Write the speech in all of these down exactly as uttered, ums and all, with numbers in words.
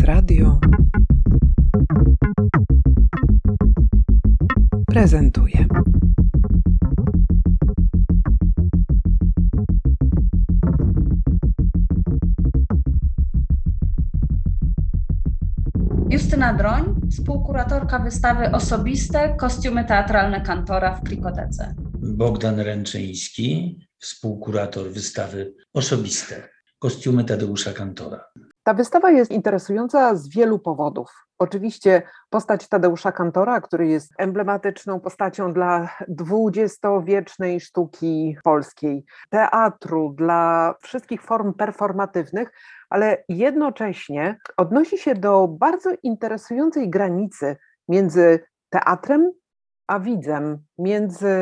Radio prezentuje. Justyna Droń, współkuratorka wystawy Osobiste kostiumy teatralne Kantora w Krikotece. Bogdan Ręczyński, współkurator wystawy Osobiste kostiumy Tadeusza Kantora. Ta wystawa jest interesująca z wielu powodów. Oczywiście postać Tadeusza Kantora, który jest emblematyczną postacią dla dwudziestowiecznej sztuki polskiej, teatru, dla wszystkich form performatywnych, ale jednocześnie odnosi się do bardzo interesującej granicy między teatrem a widzem, między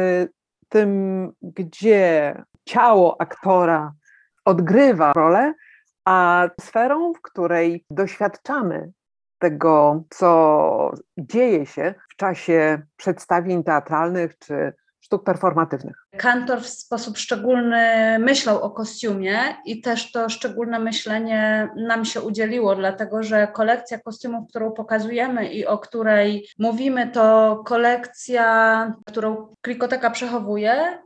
tym, gdzie ciało aktora odgrywa rolę, a sferą, w której doświadczamy tego, co dzieje się w czasie przedstawień teatralnych czy sztuk performatywnych. Kantor w sposób szczególny myślał o kostiumie i też to szczególne myślenie nam się udzieliło, dlatego że kolekcja kostiumów, którą pokazujemy i o której mówimy, to kolekcja, którą Krikoteka przechowuje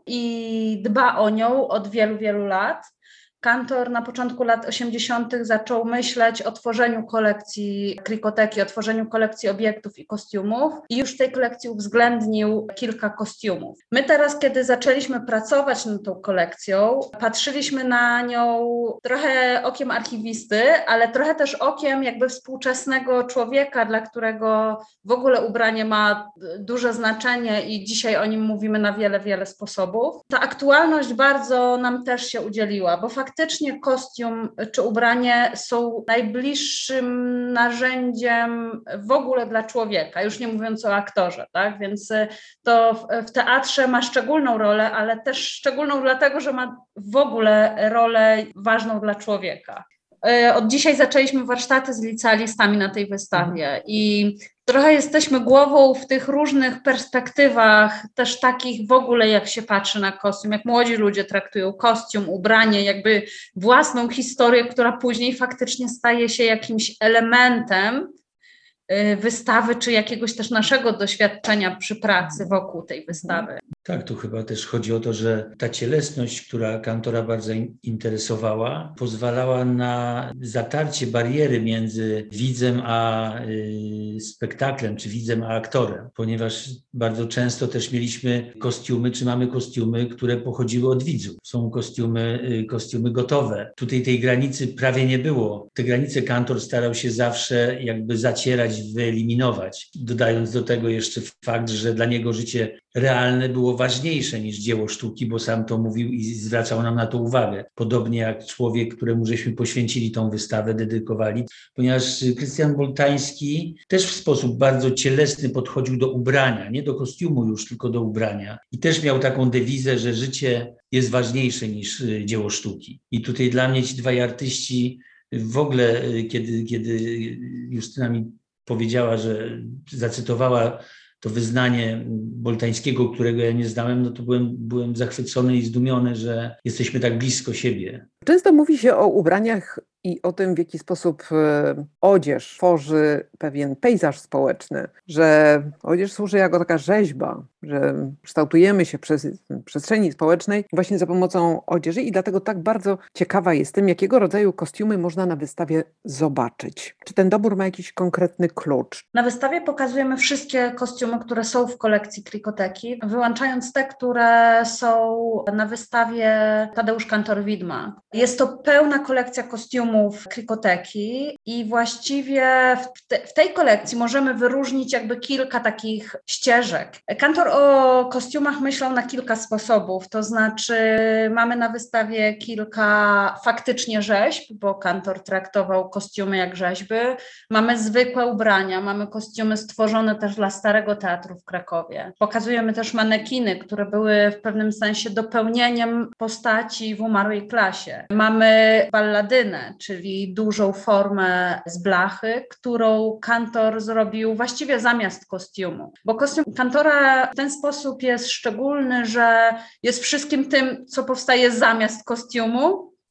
i dba o nią od wielu, wielu lat. Kantor na początku lat osiemdziesiątych zaczął myśleć o tworzeniu kolekcji Krikoteki, o tworzeniu kolekcji obiektów i kostiumów i już w tej kolekcji uwzględnił kilka kostiumów. My teraz, kiedy zaczęliśmy pracować nad tą kolekcją, patrzyliśmy na nią trochę okiem archiwisty, ale trochę też okiem jakby współczesnego człowieka, dla którego w ogóle ubranie ma duże znaczenie i dzisiaj o nim mówimy na wiele, wiele sposobów. Ta aktualność bardzo nam też się udzieliła, bo faktycznie Faktycznie kostium czy ubranie są najbliższym narzędziem w ogóle dla człowieka, już nie mówiąc o aktorze, tak? Więc to w, w teatrze ma szczególną rolę, ale też szczególną dlatego, że ma w ogóle rolę ważną dla człowieka. Od dzisiaj zaczęliśmy warsztaty z licealistami na tej wystawie i trochę jesteśmy głową w tych różnych perspektywach, też takich w ogóle jak się patrzy na kostium, jak młodzi ludzie traktują kostium, ubranie, jakby własną historię, która później faktycznie staje się jakimś elementem wystawy, czy jakiegoś też naszego doświadczenia przy pracy wokół tej wystawy. Tak, tu chyba też chodzi o to, że ta cielesność, która Kantora bardzo interesowała, pozwalała na zatarcie bariery między widzem a y, spektaklem, czy widzem a aktorem, ponieważ bardzo często też mieliśmy kostiumy, czy mamy kostiumy, które pochodziły od widzów. Są kostiumy, y, kostiumy gotowe. Tutaj tej granicy prawie nie było. Te granice Kantor starał się zawsze jakby zacierać, wyeliminować, dodając do tego jeszcze fakt, że dla niego życie realne było ważniejsze niż dzieło sztuki, bo sam to mówił i zwracał nam na to uwagę. Podobnie jak człowiek, któremu żeśmy poświęcili tą wystawę, dedykowali, ponieważ Krystian Boltański też w sposób bardzo cielesny podchodził do ubrania, nie do kostiumu już, tylko do ubrania. I też miał taką dewizę, że życie jest ważniejsze niż dzieło sztuki. I tutaj dla mnie ci dwaj artyści w ogóle, kiedy, kiedy Justyna mi powiedziała, że zacytowała to wyznanie Boltańskiego, którego ja nie znałem, no to byłem, byłem zachwycony i zdumiony, że jesteśmy tak blisko siebie. Często mówi się o ubraniach i o tym, w jaki sposób odzież tworzy pewien pejzaż społeczny, że odzież służy jako taka rzeźba, że kształtujemy się przez przestrzeni społecznej właśnie za pomocą odzieży i dlatego tak bardzo ciekawa jestem, jakiego rodzaju kostiumy można na wystawie zobaczyć. Czy ten dobór ma jakiś konkretny klucz? Na wystawie pokazujemy wszystkie kostiumy, które są w kolekcji Krikoteki, wyłączając te, które są na wystawie Tadeusz Kantor Widma. Jest to pełna kolekcja kostiumów Krikoteki i właściwie w, te, w tej kolekcji możemy wyróżnić jakby kilka takich ścieżek. Kantor o kostiumach myślał na kilka sposobów, to znaczy mamy na wystawie kilka faktycznie rzeźb, bo Kantor traktował kostiumy jak rzeźby, mamy zwykłe ubrania, mamy kostiumy stworzone też dla Starego Teatru w Krakowie. Pokazujemy też manekiny, które były w pewnym sensie dopełnieniem postaci w Umarłej klasie. Mamy balladynę, czyli dużą formę z blachy, którą Kantor zrobił właściwie zamiast kostiumu, bo kostium Kantora w ten sposób jest szczególny, że jest wszystkim tym, co powstaje zamiast kostiumu,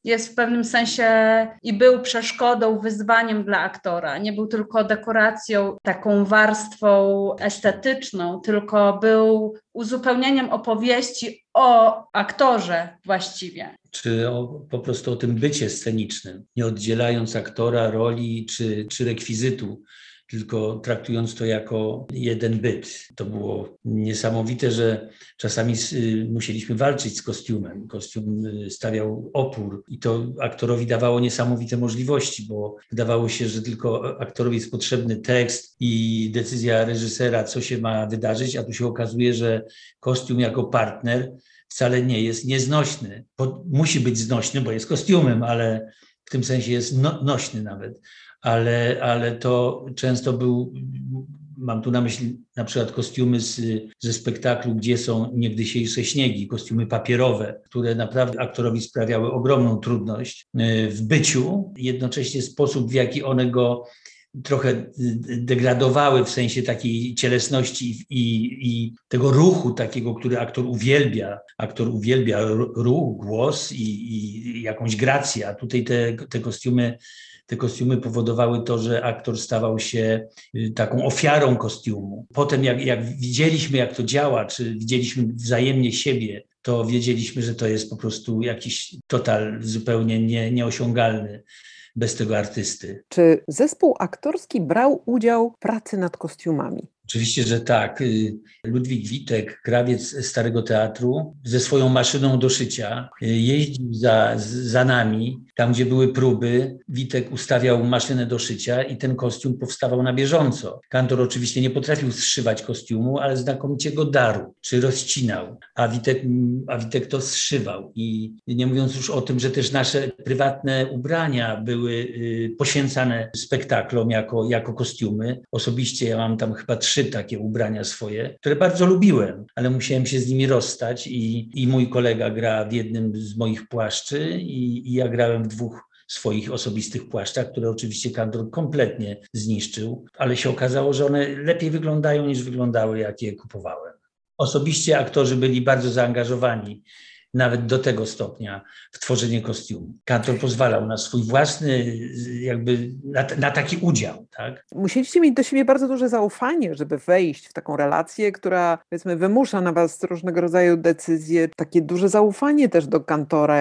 jest w pewnym sensie i był przeszkodą, wyzwaniem dla aktora. Nie był tylko dekoracją, taką warstwą estetyczną, tylko był uzupełnieniem opowieści o aktorze właściwie. Czy o, po prostu o tym bycie scenicznym, nie oddzielając aktora, roli czy, czy rekwizytu, tylko traktując to jako jeden byt. To było niesamowite, że czasami musieliśmy walczyć z kostiumem. Kostium stawiał opór i to aktorowi dawało niesamowite możliwości, bo wydawało się, że tylko aktorowi jest potrzebny tekst i decyzja reżysera, co się ma wydarzyć, a tu się okazuje, że kostium jako partner wcale nie jest nieznośny. Bo musi być znośny, bo jest kostiumem, ale w tym sensie jest no, nośny nawet. Ale, ale to często był, mam tu na myśli na przykład kostiumy z, ze spektaklu, gdzie są niegdysiejsze śniegi, kostiumy papierowe, które naprawdę aktorowi sprawiały ogromną trudność w byciu. Jednocześnie sposób, w jaki one go trochę degradowały w sensie takiej cielesności i, i tego ruchu takiego, który aktor uwielbia. Aktor uwielbia ruch, głos i, i jakąś grację, a tutaj te, te kostiumy Te kostiumy powodowały to, że aktor stawał się taką ofiarą kostiumu. Potem jak, jak widzieliśmy, jak to działa, czy widzieliśmy wzajemnie siebie, to wiedzieliśmy, że to jest po prostu jakiś total zupełnie nie, nieosiągalny bez tego artysty. Czy zespół aktorski brał udział w pracy nad kostiumami? Oczywiście, że tak. Ludwik Witek, krawiec Starego Teatru, ze swoją maszyną do szycia jeździł za, za nami, tam gdzie były próby. Witek ustawiał maszynę do szycia i ten kostium powstawał na bieżąco. Kantor oczywiście nie potrafił zszywać kostiumu, ale znakomicie go darł, czy rozcinał, a Witek, a Witek to zszywał. I nie mówiąc już o tym, że też nasze prywatne ubrania były poświęcane spektaklom jako, jako kostiumy. Osobiście ja mam tam chyba trzy takie ubrania swoje, które bardzo lubiłem, ale musiałem się z nimi rozstać i, i mój kolega gra w jednym z moich płaszczy i, i ja grałem w dwóch swoich osobistych płaszczach, które oczywiście kantor kompletnie zniszczył, ale się okazało, że one lepiej wyglądają niż wyglądały, jak je kupowałem. Osobiście aktorzy byli bardzo zaangażowani, nawet do tego stopnia, w tworzenie kostiumu. Kantor pozwalał na swój własny, jakby na, na taki udział, tak? Musieliście mieć do siebie bardzo duże zaufanie, żeby wejść w taką relację, która, powiedzmy, wymusza na was różnego rodzaju decyzje. Takie duże zaufanie też do kantora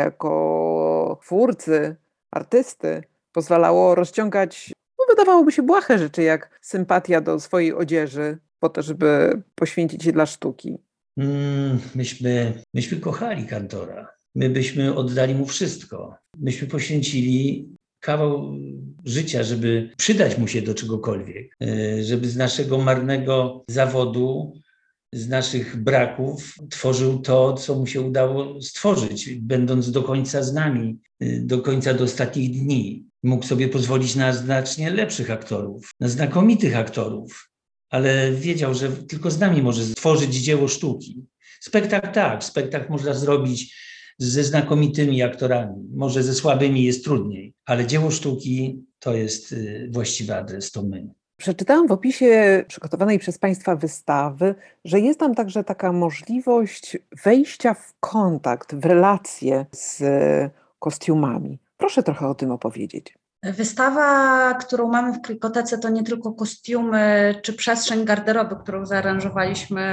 jako twórcy, artysty pozwalało rozciągać, no wydawałoby się błahe rzeczy, jak sympatia do swojej odzieży, po to, żeby poświęcić się dla sztuki. Mm, myśmy, myśmy kochali kantora. My byśmy oddali mu wszystko. Myśmy poświęcili kawał życia, żeby przydać mu się do czegokolwiek, żeby z naszego marnego zawodu, z naszych braków tworzył to, co mu się udało stworzyć, będąc do końca z nami, do końca do ostatnich dni. Mógł sobie pozwolić na znacznie lepszych aktorów, na znakomitych aktorów, ale wiedział, że tylko z nami może stworzyć dzieło sztuki. Spektakl tak, spektakl można zrobić ze znakomitymi aktorami, może ze słabymi jest trudniej, ale dzieło sztuki to jest właściwy adres, to my. Przeczytałam w opisie przygotowanej przez Państwa wystawy, że jest tam także taka możliwość wejścia w kontakt, w relacje z kostiumami. Proszę trochę o tym opowiedzieć. Wystawa, którą mamy w Klikotece, to nie tylko kostiumy czy przestrzeń garderoby, którą zaaranżowaliśmy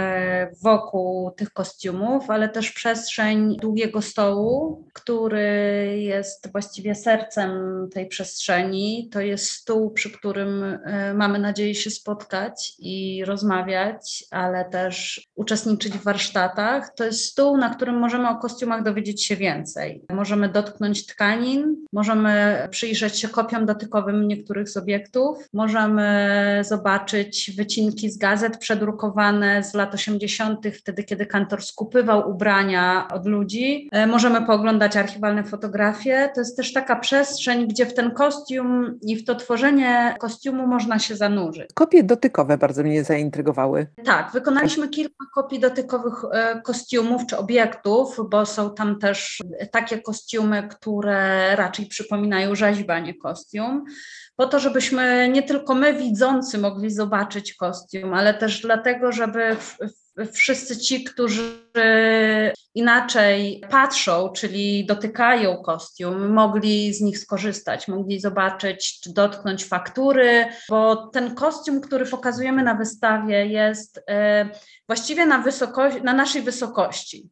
wokół tych kostiumów, ale też przestrzeń długiego stołu, który jest właściwie sercem tej przestrzeni. To jest stół, przy którym mamy nadzieję się spotkać i rozmawiać, ale też uczestniczyć w warsztatach. To jest stół, na którym możemy o kostiumach dowiedzieć się więcej. Możemy dotknąć tkanin, możemy przyjrzeć się kopiom dotykowym niektórych z obiektów. Możemy zobaczyć wycinki z gazet przedrukowane z lat osiemdziesiątych, wtedy kiedy kantor skupywał ubrania od ludzi. Możemy pooglądać archiwalne fotografie. To jest też taka przestrzeń, gdzie w ten kostium i w to tworzenie kostiumu można się zanurzyć. Kopie dotykowe bardzo mnie zaintrygowały. Tak, wykonaliśmy kilka kopii dotykowych kostiumów czy obiektów, bo są tam też takie kostiumy, które raczej przypominają rzeźbę, a nie kostium. kostium, po to, żebyśmy nie tylko my widzący mogli zobaczyć kostium, ale też dlatego, żeby wszyscy ci, którzy inaczej patrzą, czyli dotykają kostium, mogli z nich skorzystać, mogli zobaczyć czy dotknąć faktury, bo ten kostium, który pokazujemy na wystawie, jest właściwie na, wysokości, na naszej wysokości.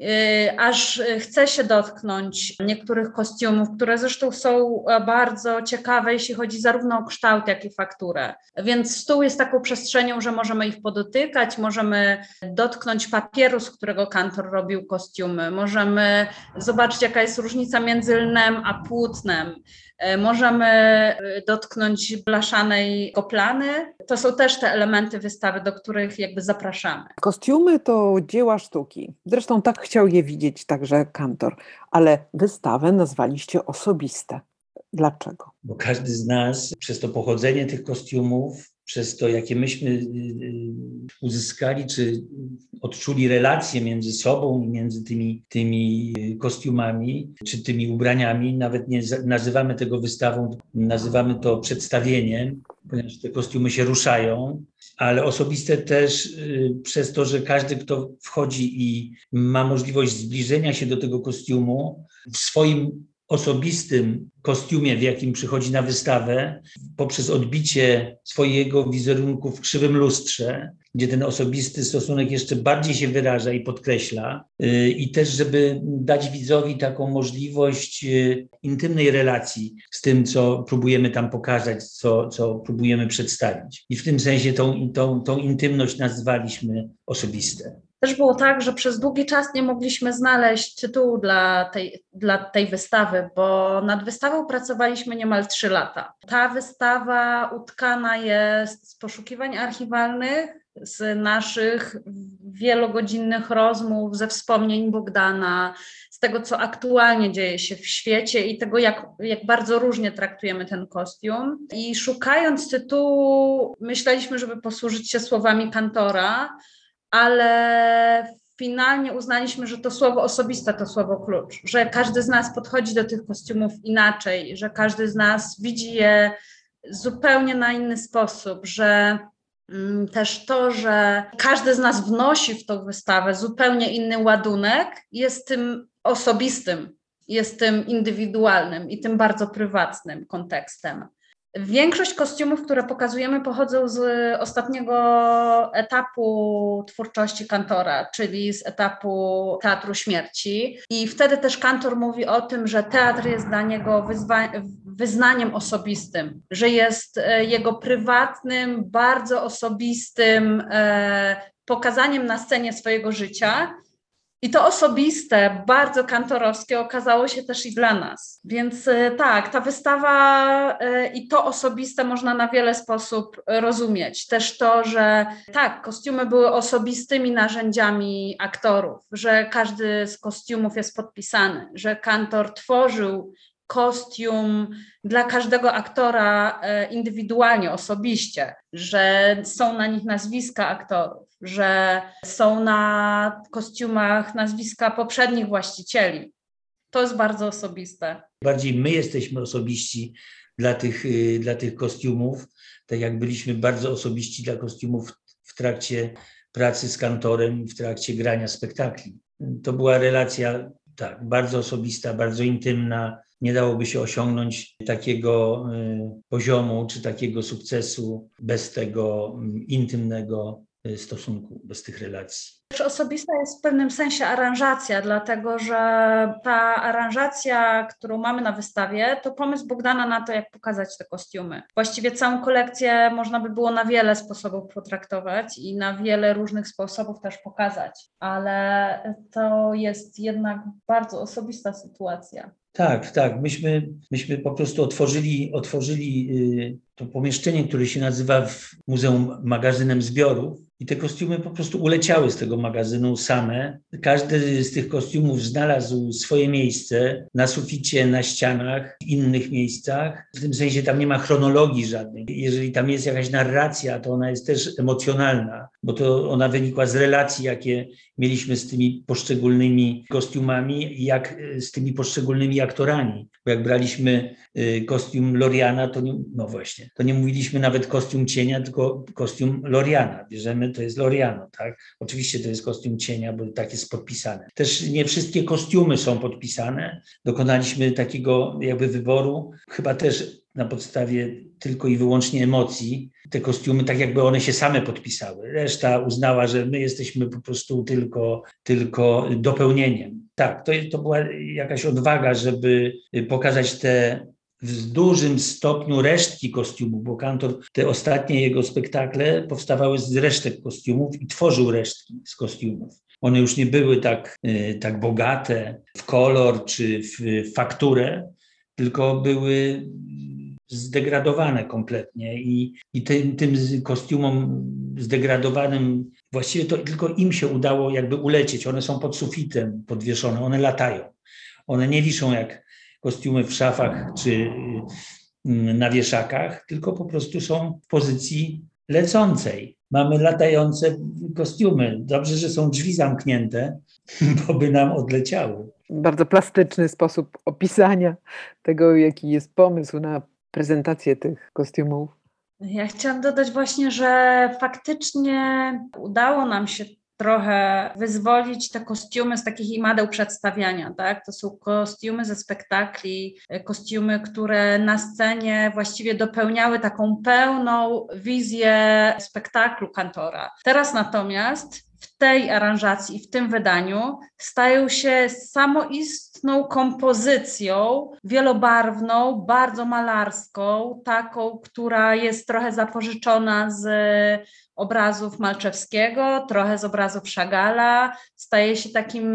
Aż chce się dotknąć niektórych kostiumów, które zresztą są bardzo ciekawe, jeśli chodzi zarówno o kształt, jak i fakturę. Więc stół jest taką przestrzenią, że możemy ich podotykać, możemy dotknąć papieru, z którego kantor robił kostiumy, możemy zobaczyć, jaka jest różnica między lnem a płótnem, możemy dotknąć blaszanej koplany. To są też te elementy wystawy, do których jakby zapraszamy. Kostiumy to dzieła sztuki. Zresztą tak chciał je widzieć także kantor, ale wystawę nazwaliście osobiste. Dlaczego? Bo każdy z nas przez to pochodzenie tych kostiumów, przez to, jakie myśmy uzyskali, czy odczuli relacje między sobą i między tymi, tymi kostiumami, czy tymi ubraniami, nawet nie nazywamy tego wystawą, nazywamy to przedstawieniem, ponieważ te kostiumy się ruszają, ale osobiste też przez to, że każdy, kto wchodzi i ma możliwość zbliżenia się do tego kostiumu w swoim osobistym kostiumie, w jakim przychodzi na wystawę, poprzez odbicie swojego wizerunku w krzywym lustrze, gdzie ten osobisty stosunek jeszcze bardziej się wyraża i podkreśla, i też, żeby dać widzowi taką możliwość intymnej relacji z tym, co próbujemy tam pokazać, co, co próbujemy przedstawić. I w tym sensie tą, tą, tą intymność nazwaliśmy osobiste. Też było tak, że przez długi czas nie mogliśmy znaleźć tytułu dla tej, dla tej wystawy, bo nad wystawą pracowaliśmy niemal trzy lata. Ta wystawa utkana jest z poszukiwań archiwalnych, z naszych wielogodzinnych rozmów, ze wspomnień Bogdana, z tego, co aktualnie dzieje się w świecie i tego, jak, jak bardzo różnie traktujemy ten kostium. I szukając tytułu, myśleliśmy, żeby posłużyć się słowami kantora, ale finalnie uznaliśmy, że to słowo osobiste to słowo klucz, że każdy z nas podchodzi do tych kostiumów inaczej, że każdy z nas widzi je zupełnie na inny sposób, że mm, też to, że każdy z nas wnosi w tą wystawę zupełnie inny ładunek, jest tym osobistym, jest tym indywidualnym i tym bardzo prywatnym kontekstem. Większość kostiumów, które pokazujemy, pochodzą z ostatniego etapu twórczości kantora, czyli z etapu Teatru Śmierci. I wtedy też kantor mówi o tym, że teatr jest dla niego wyzwa- wyznaniem osobistym, że jest jego prywatnym, bardzo osobistym e, pokazaniem na scenie swojego życia. I to osobiste, bardzo kantorowskie okazało się też i dla nas. Więc tak, ta wystawa i to osobiste można na wiele sposób rozumieć. Też to, że tak, kostiumy były osobistymi narzędziami aktorów, że każdy z kostiumów jest podpisany, że kantor tworzył kostium dla każdego aktora indywidualnie, osobiście, że są na nich nazwiska aktorów, że są na kostiumach nazwiska poprzednich właścicieli. To jest bardzo osobiste. Bardziej my jesteśmy osobiści dla tych, dla tych kostiumów, tak jak byliśmy bardzo osobiści dla kostiumów w trakcie pracy z kantorem, w trakcie grania spektakli. To była relacja tak, bardzo osobista, bardzo intymna. Nie dałoby się osiągnąć takiego y, poziomu czy takiego sukcesu bez tego y, intymnego y, stosunku, bez tych relacji. Osobista jest w pewnym sensie aranżacja, dlatego że ta aranżacja, którą mamy na wystawie, to pomysł Bogdana na to, jak pokazać te kostiumy. Właściwie całą kolekcję można by było na wiele sposobów potraktować i na wiele różnych sposobów też pokazać, ale to jest jednak bardzo osobista sytuacja. Tak, tak. Myśmy, myśmy po prostu otworzyli, otworzyli y, to pomieszczenie, które się nazywa w Muzeum Magazynem Zbiorów i te kostiumy po prostu uleciały z tego magazynu same. Każdy z tych kostiumów znalazł swoje miejsce na suficie, na ścianach, w innych miejscach. W tym sensie tam nie ma chronologii żadnej. Jeżeli tam jest jakaś narracja, to ona jest też emocjonalna, bo to ona wynikła z relacji, jakie mieliśmy z tymi poszczególnymi kostiumami, jak z tymi poszczególnymi byli aktorami. Bo jak braliśmy y, kostium Loriana, to nie, no właśnie, to nie mówiliśmy nawet kostium cienia, tylko kostium Loriana. Bierzemy, to jest Loriano, tak? Oczywiście to jest kostium cienia, bo tak jest podpisane. Też nie wszystkie kostiumy są podpisane. Dokonaliśmy takiego jakby wyboru, chyba też na podstawie tylko i wyłącznie emocji. Te kostiumy tak jakby one się same podpisały. Reszta uznała, że my jesteśmy po prostu tylko, tylko dopełnieniem. Tak, to, to była jakaś odwaga, żeby pokazać te w dużym stopniu resztki kostiumów, bo Kantor, te ostatnie jego spektakle powstawały z resztek kostiumów i tworzył resztki z kostiumów. One już nie były tak, tak bogate w kolor czy w fakturę, tylko były zdegradowane kompletnie i, i tym, tym kostiumom zdegradowanym właściwie to tylko im się udało jakby ulecieć. One są pod sufitem podwieszone, one latają. One nie wiszą jak kostiumy w szafach czy na wieszakach, tylko po prostu są w pozycji lecącej. Mamy latające kostiumy. Dobrze, że są drzwi zamknięte, bo by nam odleciały. Bardzo plastyczny sposób opisania tego, jaki jest pomysł na prezentację tych kostiumów. Ja chciałam dodać właśnie, że faktycznie udało nam się trochę wyzwolić te kostiumy z takich imadeł przedstawiania, tak? To są kostiumy ze spektakli, kostiumy, które na scenie właściwie dopełniały taką pełną wizję spektaklu Kantora. Teraz natomiast w tej aranżacji i w tym wydaniu stają się samoistną kompozycją, wielobarwną, bardzo malarską, taką, która jest trochę zapożyczona z obrazów Malczewskiego, trochę z obrazów Chagalla. Staje się takim,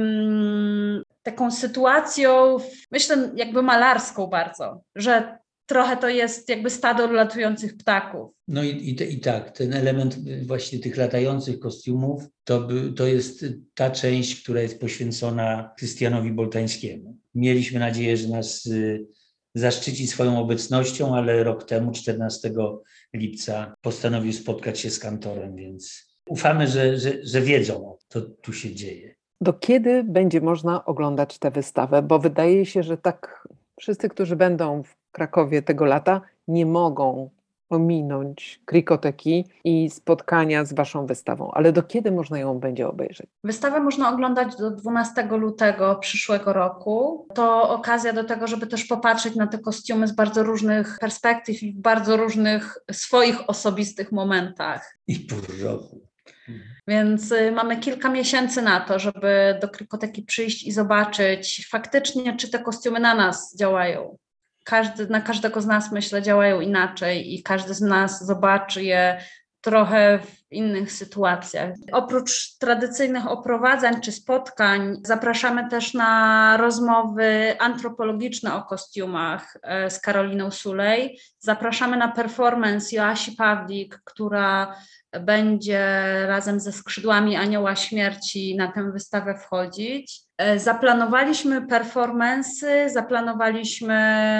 taką sytuacją, myślę, jakby malarską bardzo, że trochę to jest jakby stado latujących ptaków. No i, i, i tak, ten element właśnie tych latających kostiumów, to, by, to jest ta część, która jest poświęcona Krystianowi Boltańskiemu. Mieliśmy nadzieję, że nas y, zaszczyci swoją obecnością, ale rok temu, czternastego lipca, postanowił spotkać się z Kantorem, więc ufamy, że, że, że wiedzą, co tu się dzieje. Do kiedy będzie można oglądać tę wystawę? Bo wydaje się, że tak wszyscy, którzy będą w Krakowie tego lata, nie mogą ominąć Krikoteki i spotkania z waszą wystawą. Ale do kiedy można ją będzie obejrzeć? Wystawę można oglądać do dwunastego lutego przyszłego roku. To okazja do tego, żeby też popatrzeć na te kostiumy z bardzo różnych perspektyw i w bardzo różnych swoich osobistych momentach. I pół roku. Więc y, mamy kilka miesięcy na to, żeby do Krikoteki przyjść i zobaczyć faktycznie, czy te kostiumy na nas działają. Każdy, na każdego z nas, myślę, działają inaczej i każdy z nas zobaczy je trochę w innych sytuacjach. Oprócz tradycyjnych oprowadzań czy spotkań zapraszamy też na rozmowy antropologiczne o kostiumach z Karoliną Sulej. Zapraszamy na performance Joasi Pawlik, która będzie razem ze skrzydłami Anioła Śmierci na tę wystawę wchodzić. Zaplanowaliśmy performance'y, zaplanowaliśmy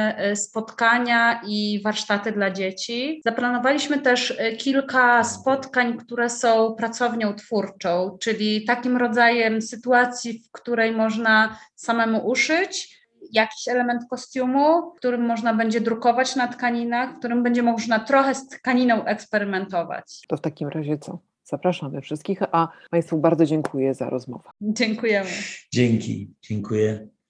spotkania i warsztaty dla dzieci. Zaplanowaliśmy też kilka spotkań, które są pracownią twórczą, czyli takim rodzajem sytuacji, w której można samemu uszyć jakiś element kostiumu, którym można będzie drukować na tkaninach, w którym będzie można trochę z tkaniną eksperymentować. To w takim razie co? Zapraszamy wszystkich, a Państwu bardzo dziękuję za rozmowę. Dziękujemy. Dzięki, dziękuję.